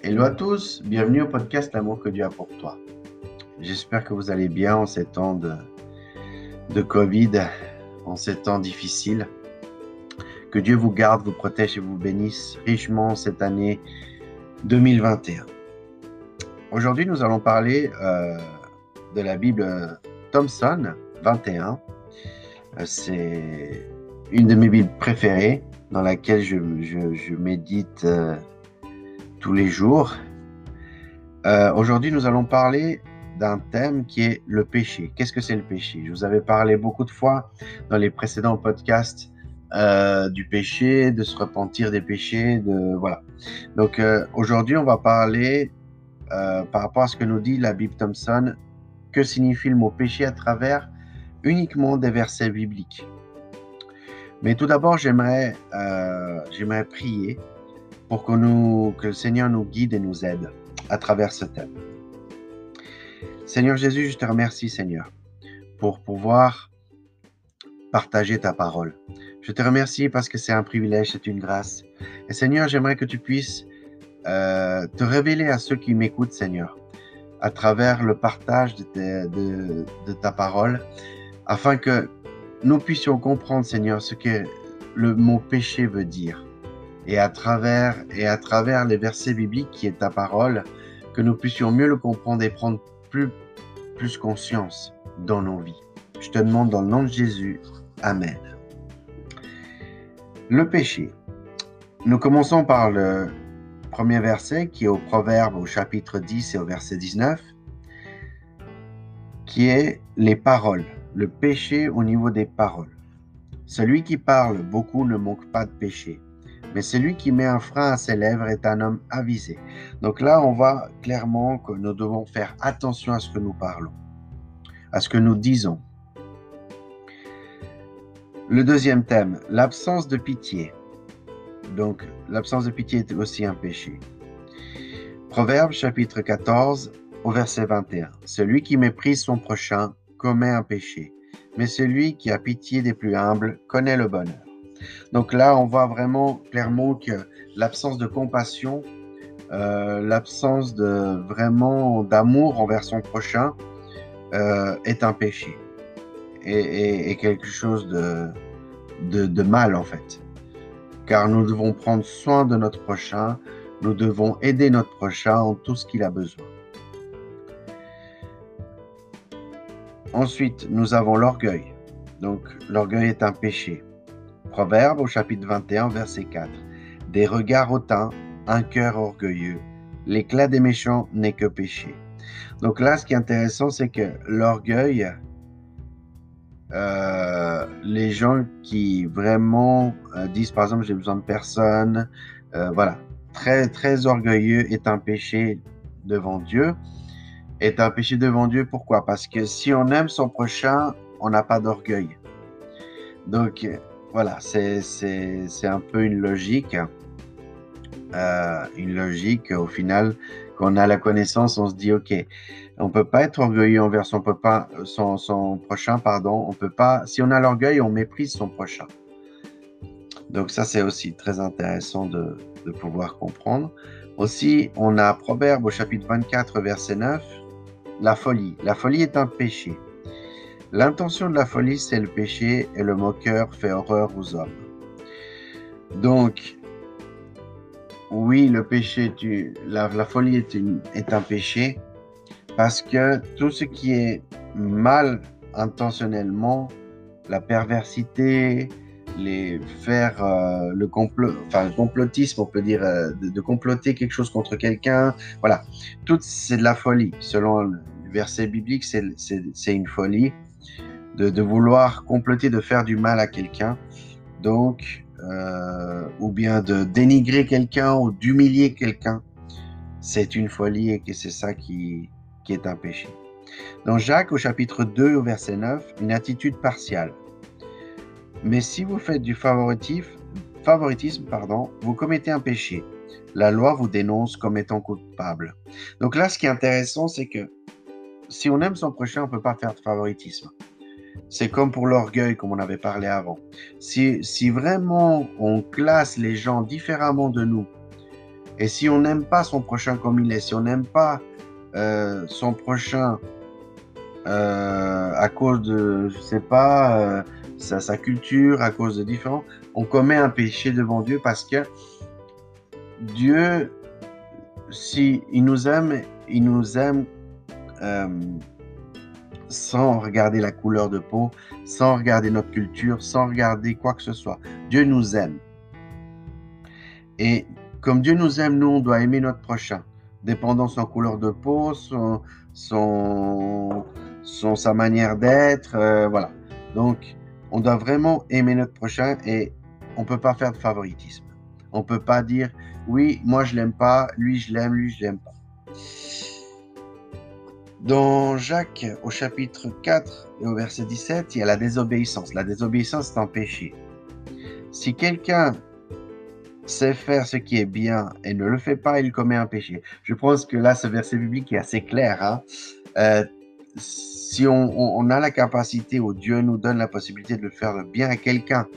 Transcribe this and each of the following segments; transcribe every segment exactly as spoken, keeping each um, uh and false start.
Hello à tous, bienvenue au podcast L'amour que Dieu a pour toi. J'espère que vous allez bien en ces temps de, de Covid, en ces temps difficiles. Que Dieu vous garde, vous protège et vous bénisse richement cette année deux mille vingt et un. Aujourd'hui, nous allons parler euh, de la Bible Thompson vingt et un. Euh, c'est une de mes Bibles préférées dans laquelle je, je, je médite euh, tous les jours. Euh, aujourd'hui, nous allons parler d'un thème qui est le péché. Qu'est-ce que c'est le péché? Je vous avais parlé beaucoup de fois dans les précédents podcasts euh, du péché, de se repentir des péchés, de voilà. Donc euh, aujourd'hui, on va parler euh, par rapport à ce que nous dit la Bible Thompson, que signifie le mot péché à travers uniquement des versets bibliques. Mais tout d'abord, j'aimerais euh, j'aimerais prier pour que, nous, que le Seigneur nous guide et nous aide à travers ce thème. Seigneur Jésus, je te remercie, Seigneur, pour pouvoir partager ta parole. Je te remercie parce que c'est un privilège, c'est une grâce. Et Seigneur, j'aimerais que tu puisses euh, te révéler à ceux qui m'écoutent, Seigneur, à travers le partage de, te, de, de ta parole, afin que nous puissions comprendre, Seigneur, ce que le mot péché veut dire. Et à travers, et à travers les versets bibliques qui est ta parole, que nous puissions mieux le comprendre et prendre plus, plus conscience dans nos vies. Je te demande dans le nom de Jésus. Amen. Le péché. Nous commençons par le premier verset qui est au Proverbe au chapitre dix et au verset dix-neuf, qui est les paroles. Le péché au niveau des paroles. Celui qui parle beaucoup ne manque pas de péché. Mais celui qui met un frein à ses lèvres est un homme avisé. Donc là, on voit clairement que nous devons faire attention à ce que nous parlons, à ce que nous disons. Le deuxième thème, l'absence de pitié. Donc, l'absence de pitié est aussi un péché. Proverbe chapitre quatorze, au verset vingt et un. Celui qui méprise son prochain commet un péché, mais celui qui a pitié des plus humbles connaît le bonheur. Donc là, on voit vraiment clairement que l'absence de compassion, euh, l'absence de vraiment d'amour envers son prochain euh, est un péché et, et, et quelque chose de, de, de mal en fait. Car nous devons prendre soin de notre prochain, nous devons aider notre prochain en tout ce qu'il a besoin. Ensuite, nous avons l'orgueil. Donc l'orgueil est un péché. Proverbe au chapitre vingt et un, verset quatre. Des regards hautains, un cœur orgueilleux. L'éclat des méchants n'est que péché. Donc là, ce qui est intéressant, c'est que l'orgueil, euh, les gens qui vraiment euh, disent, par exemple, j'ai besoin de personne, euh, voilà, très, très orgueilleux est un péché devant Dieu. Est un péché devant Dieu, pourquoi? Parce que si on aime son prochain, on n'a pas d'orgueil. Donc, voilà, c'est, c'est, c'est un peu une logique. Euh, une logique, au final, quand on a la connaissance, on se dit, OK, on ne peut pas être orgueilleux envers son, papa, son, son prochain, pardon. On peut pas, si on a l'orgueil, on méprise son prochain. Donc ça, c'est aussi très intéressant de, de pouvoir comprendre. Aussi, on a Proverbe au chapitre vingt-quatre, verset neuf, la folie. La folie est un péché. L'intention de la folie, c'est le péché, et le moqueur fait horreur aux hommes. Donc, oui, le péché, tu, la, la folie est, une, est un péché, parce que tout ce qui est mal intentionnellement, la perversité, les faire euh, le complot, enfin le complotisme, on peut dire, euh, de, de comploter quelque chose contre quelqu'un, voilà, tout c'est de la folie. Selon le verset biblique, c'est, c'est, c'est une folie. De, de vouloir comploter, de faire du mal à quelqu'un, donc, euh, ou bien de dénigrer quelqu'un ou d'humilier quelqu'un, c'est une folie et que c'est ça qui, qui est un péché. Dans Jacques, au chapitre deux, au verset neuf, une attitude partiale. Mais si vous faites du favoritisme, favoritisme pardon, vous commettez un péché. La loi vous dénonce comme étant coupable. Donc là, ce qui est intéressant, c'est que si on aime son prochain, on ne peut pas faire de favoritisme. C'est comme pour l'orgueil, comme on avait parlé avant. Si, si vraiment on classe les gens différemment de nous, Et si on n'aime pas son prochain comme il est, si on n'aime pas euh, son prochain euh, à cause de, je sais pas, euh, sa, sa culture, à cause de différents, on commet un péché devant Dieu parce que Dieu, si il nous aime, il nous aime euh, sans regarder la couleur de peau, sans regarder notre culture, sans regarder quoi que ce soit. Dieu nous aime. Et comme Dieu nous aime, nous, on doit aimer notre prochain, dépendant de son couleur de peau, son, son, son sa manière d'être, euh, voilà. Donc, on doit vraiment aimer notre prochain et on ne peut pas faire de favoritisme. On ne peut pas dire, oui, moi je l'aime pas, lui je l'aime, lui je l'aime pas. Dans Jacques, au chapitre quatre et au verset dix-sept, il y a la désobéissance. La désobéissance, c'est un péché. Si quelqu'un sait faire ce qui est bien et ne le fait pas, il commet un péché. Je pense que là, ce verset biblique est assez clair. Hein? Euh, si on, on, on a la capacité, ou Dieu nous donne la possibilité de le faire bien à quelqu'un,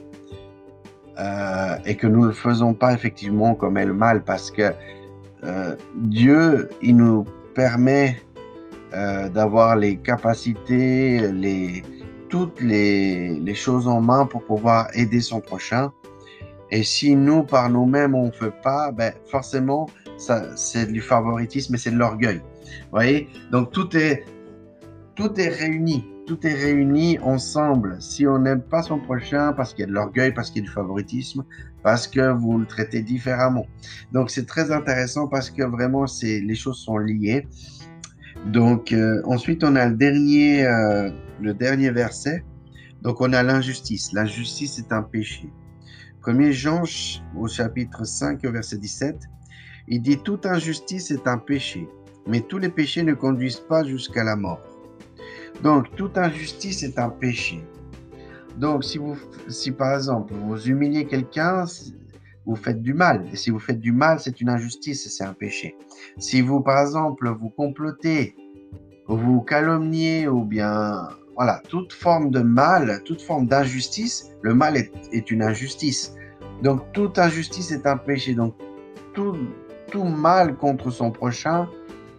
euh, et que nous ne le faisons pas, effectivement, on commet le mal, parce que euh, Dieu, il nous permet euh, d'avoir les capacités, les, toutes les, les choses en main pour pouvoir aider son prochain. Et si nous, par nous-mêmes, on ne fait pas, ben forcément, ça, c'est du favoritisme et c'est de l'orgueil. Vous voyez? Donc, tout est, tout est réuni. Tout est réuni ensemble. Si on n'aime pas son prochain parce qu'il y a de l'orgueil, parce qu'il y a du favoritisme, parce que vous le traitez différemment. Donc, c'est très intéressant parce que vraiment, c'est, les choses sont liées. Donc, euh, ensuite, on a le dernier, euh, le dernier verset. Donc, on a l'injustice. L'injustice est un péché. premier Jean, au chapitre cinq, au verset dix-sept, il dit « Toute injustice est un péché, mais tous les péchés ne conduisent pas jusqu'à la mort. » Donc, toute injustice est un péché. Donc, si, vous, si par exemple, vous humiliez quelqu'un, vous faites du mal. Et si vous faites du mal, c'est une injustice et c'est un péché. Si vous, par exemple, vous complotez, vous calomniez ou bien... Voilà, toute forme de mal, toute forme d'injustice, le mal est, est une injustice. Donc, toute injustice est un péché. Donc, tout, tout mal contre son prochain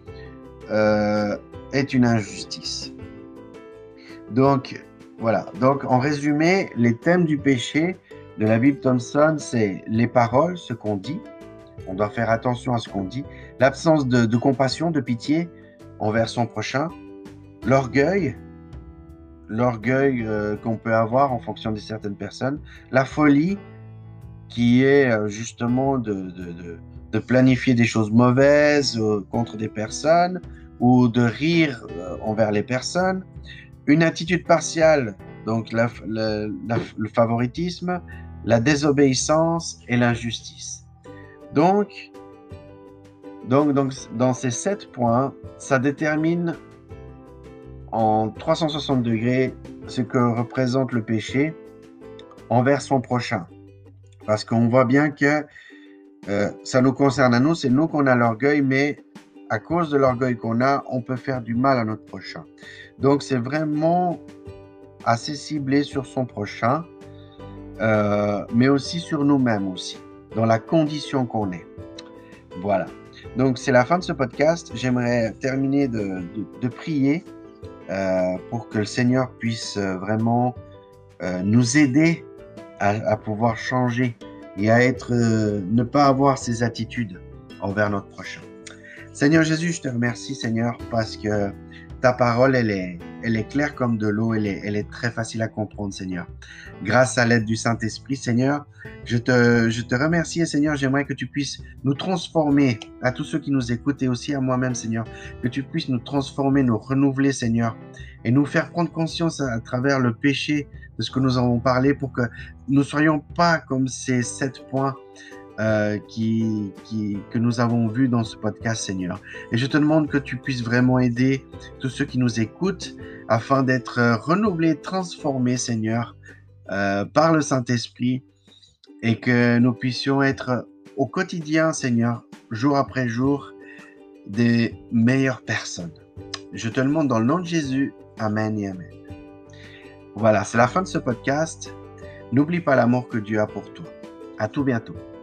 euh, est une injustice. Donc, voilà. Donc, en résumé, les thèmes du péché de la Bible Thompson, c'est les paroles, ce qu'on dit. On doit faire attention à ce qu'on dit. L'absence de, de compassion, de pitié envers son prochain. L'orgueil, l'orgueil euh, qu'on peut avoir en fonction de certaines personnes. La folie, qui est euh, justement de, de, de, de planifier des choses mauvaises euh, contre des personnes ou de rire euh, envers les personnes. Une attitude partiale, donc la, la, la, le favoritisme, la désobéissance et l'injustice. Donc, donc, donc, dans ces sept points, ça détermine en trois cent soixante degrés ce que représente le péché envers son prochain. Parce qu'on voit bien que euh, ça nous concerne à nous, c'est nous qu'on a l'orgueil, mais à cause de l'orgueil qu'on a, on peut faire du mal à notre prochain. Donc, c'est vraiment assez ciblé sur son prochain, euh, mais aussi sur nous-mêmes aussi, dans la condition qu'on est. Voilà. Donc, c'est la fin de ce podcast. J'aimerais terminer de, de, de prier euh, pour que le Seigneur puisse euh, vraiment euh, nous aider à, à pouvoir changer et à être, euh, ne pas avoir ces attitudes envers notre prochain. Seigneur Jésus, je te remercie, Seigneur, parce que ta parole, elle est, elle est claire comme de l'eau, elle est, elle est très facile à comprendre, Seigneur. Grâce à l'aide du Saint-Esprit, Seigneur, je te, je te remercie, Seigneur, j'aimerais que tu puisses nous transformer, à tous ceux qui nous écoutent et aussi à moi-même, Seigneur, que tu puisses nous transformer, nous renouveler, Seigneur, et nous faire prendre conscience à, à travers le péché de ce que nous avons parlé pour que nous ne soyons pas comme ces sept points Euh, qui, qui, que nous avons vu dans ce podcast, Seigneur. Et je te demande que tu puisses vraiment aider tous ceux qui nous écoutent afin d'être renouvelés, transformés, Seigneur, euh, par le Saint-Esprit et que nous puissions être au quotidien, Seigneur, jour après jour, des meilleures personnes. Je te demande dans le nom de Jésus. Amen et Amen. Voilà, c'est la fin de ce podcast. N'oublie pas l'amour que Dieu a pour toi. À tout bientôt.